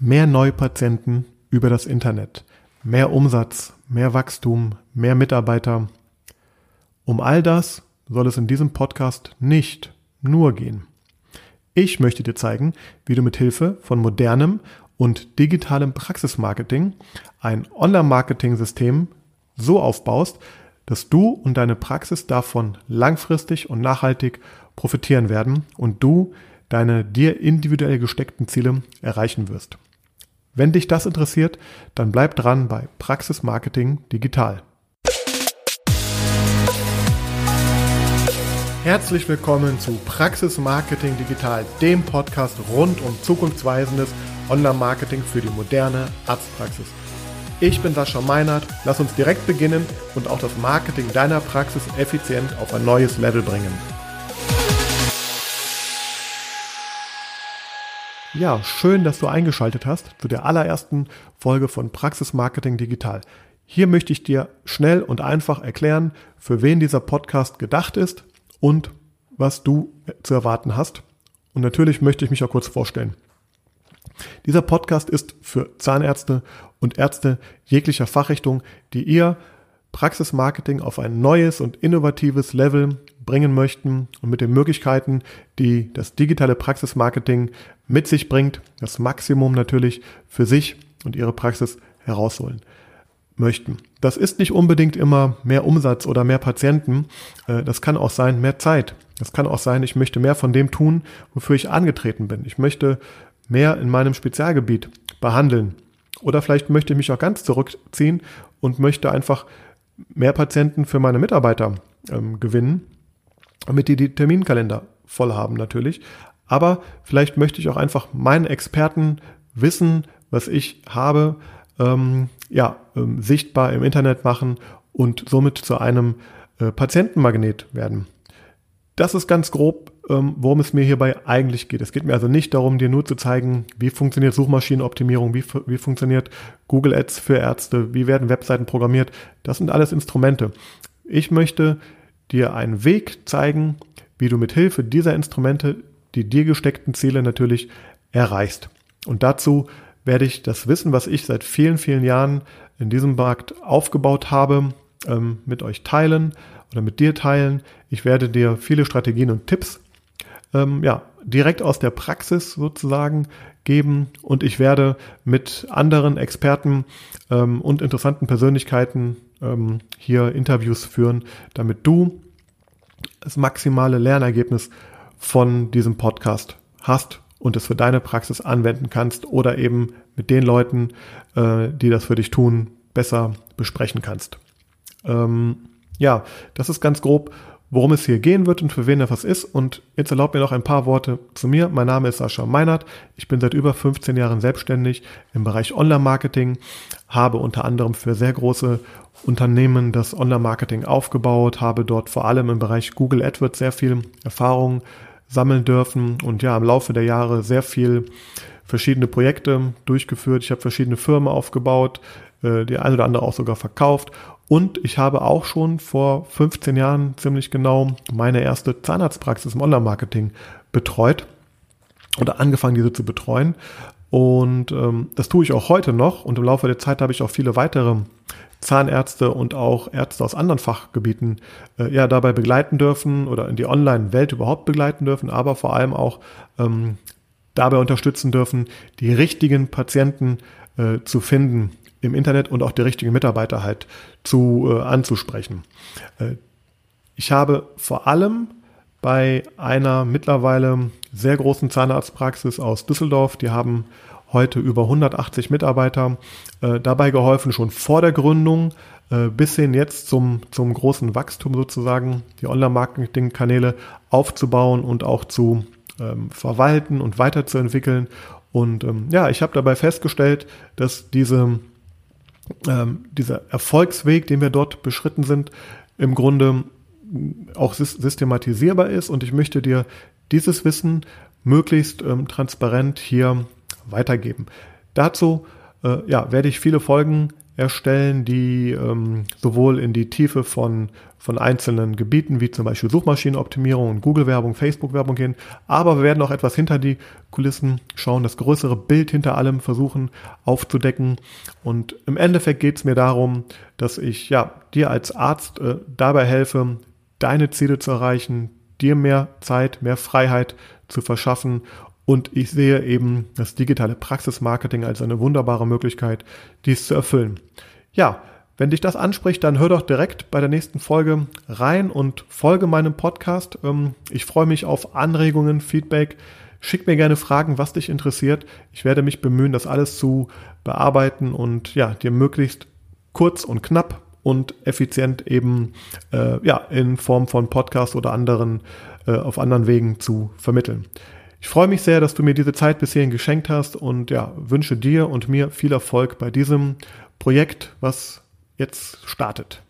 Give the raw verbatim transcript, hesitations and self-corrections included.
mehr Neupatienten über das Internet, mehr Umsatz, mehr Wachstum, mehr Mitarbeiter. Um all das soll es in diesem Podcast nicht nur gehen. Ich möchte dir zeigen, wie du mit Hilfe von modernem und digitalem Praxismarketing ein Online-Marketing-System so aufbaust, dass du und deine Praxis davon langfristig und nachhaltig profitieren werden und du deine dir individuell gesteckten Ziele erreichen wirst. Wenn dich das interessiert, dann bleib dran bei Praxismarketing Digital. Herzlich willkommen zu Praxismarketing Digital, dem Podcast rund um zukunftsweisendes Online-Marketing für die moderne Arztpraxis. Ich bin Sascha Meinert, lass uns direkt beginnen und auch das Marketing deiner Praxis effizient auf ein neues Level bringen. Ja, schön, dass du eingeschaltet hast zu der allerersten Folge von Praxismarketing Digital. Hier möchte ich dir schnell und einfach erklären, für wen dieser Podcast gedacht ist und was du zu erwarten hast. Und natürlich möchte ich mich auch kurz vorstellen. Dieser Podcast ist für Zahnärzte und Ärzte jeglicher Fachrichtung, die ihr Praxismarketing auf ein neues und innovatives Level bringen möchten und mit den Möglichkeiten, die das digitale Praxismarketing mit sich bringt, das Maximum natürlich für sich und ihre Praxis herausholen möchten. Das ist nicht unbedingt immer mehr Umsatz oder mehr Patienten. Das kann auch sein, mehr Zeit. Das kann auch sein, ich möchte mehr von dem tun, wofür ich angetreten bin. Ich möchte mehr in meinem Spezialgebiet behandeln. Oder vielleicht möchte ich mich auch ganz zurückziehen und möchte einfach mehr Patienten für meine Mitarbeiter ähm, gewinnen, damit die die Terminkalender voll haben natürlich. Aber vielleicht möchte ich auch einfach meinen Experten Wissen, was ich habe, ähm, ja, ähm, sichtbar im Internet machen und somit zu einem äh, Patientenmagnet werden. Das ist ganz grob, ähm, worum es mir hierbei eigentlich geht. Es geht mir also nicht darum, dir nur zu zeigen, wie funktioniert Suchmaschinenoptimierung, wie, wie funktioniert Google Ads für Ärzte, wie werden Webseiten programmiert. Das sind alles Instrumente. Ich möchte dir einen Weg zeigen, wie du mit Hilfe dieser Instrumente die dir gesteckten Ziele natürlich erreichst. Und dazu werde ich das Wissen, was ich seit vielen, vielen Jahren in diesem Markt aufgebaut habe, ähm, mit euch teilen oder mit dir teilen. Ich werde dir viele Strategien und Tipps ähm, ja, direkt aus der Praxis sozusagen geben und ich werde mit anderen Experten ähm, und interessanten Persönlichkeiten ähm, hier Interviews führen, damit du das maximale Lernergebnis von diesem Podcast hast und es für deine Praxis anwenden kannst oder eben mit den Leuten, äh, die das für dich tun, besser besprechen kannst. Ähm, ja, das ist ganz grob, worum es hier gehen wird und für wen das was ist. Und jetzt erlaubt mir noch ein paar Worte zu mir. Mein Name ist Sascha Meinert. Ich bin seit über fünfzehn Jahren selbstständig im Bereich Online-Marketing, habe unter anderem für sehr große Unternehmen das Online-Marketing aufgebaut, habe dort vor allem im Bereich Google AdWords sehr viel Erfahrung sammeln dürfen und ja, im Laufe der Jahre sehr viel verschiedene Projekte durchgeführt. Ich habe verschiedene Firmen aufgebaut, die eine oder andere auch sogar verkauft. Und ich habe auch schon vor fünfzehn Jahren ziemlich genau meine erste Zahnarztpraxis im Online-Marketing betreut oder angefangen, diese zu betreuen. Und ähm, das tue ich auch heute noch. Und im Laufe der Zeit habe ich auch viele weitere Zahnärzte und auch Ärzte aus anderen Fachgebieten äh, ja dabei begleiten dürfen oder in die Online-Welt überhaupt begleiten dürfen, aber vor allem auch ähm, dabei unterstützen dürfen, die richtigen Patienten äh, zu finden im Internet und auch die richtigen Mitarbeiter halt zu äh, anzusprechen. Äh, ich habe vor allem bei einer mittlerweile sehr großen Zahnarztpraxis aus Düsseldorf, die haben heute über hundertachtzig Mitarbeiter, äh, dabei geholfen, schon vor der Gründung äh, bis hin jetzt zum, zum großen Wachstum sozusagen, die Online-Marketing-Kanäle aufzubauen und auch zu ähm, verwalten und weiterzuentwickeln. Und ähm, ja, ich habe dabei festgestellt, dass diese Ähm, dieser Erfolgsweg, den wir dort beschritten sind, im Grunde auch systematisierbar ist und ich möchte dir dieses Wissen möglichst ähm, transparent hier weitergeben. Dazu äh, ja, werde ich viele Folgen erstellen, die ähm, sowohl in die Tiefe von, von einzelnen Gebieten, wie zum Beispiel Suchmaschinenoptimierung und Google-Werbung, Facebook-Werbung gehen, aber wir werden auch etwas hinter die Kulissen schauen, das größere Bild hinter allem versuchen aufzudecken. Und im Endeffekt geht es mir darum, dass ich ja dir als Arzt äh, dabei helfe, deine Ziele zu erreichen, dir mehr Zeit, mehr Freiheit zu verschaffen. Und ich sehe eben das digitale Praxismarketing als eine wunderbare Möglichkeit, dies zu erfüllen. Ja, wenn dich das anspricht, dann hör doch direkt bei der nächsten Folge rein und folge meinem Podcast. Ich freue mich auf Anregungen, Feedback. Schick mir gerne Fragen, was dich interessiert. Ich werde mich bemühen, das alles zu bearbeiten und ja, dir möglichst kurz und knapp und effizient eben äh, ja, in Form von Podcast oder anderen äh, auf anderen Wegen zu vermitteln. Ich freue mich sehr, dass du mir diese Zeit bis hierhin geschenkt hast und ja, wünsche dir und mir viel Erfolg bei diesem Projekt, was jetzt startet.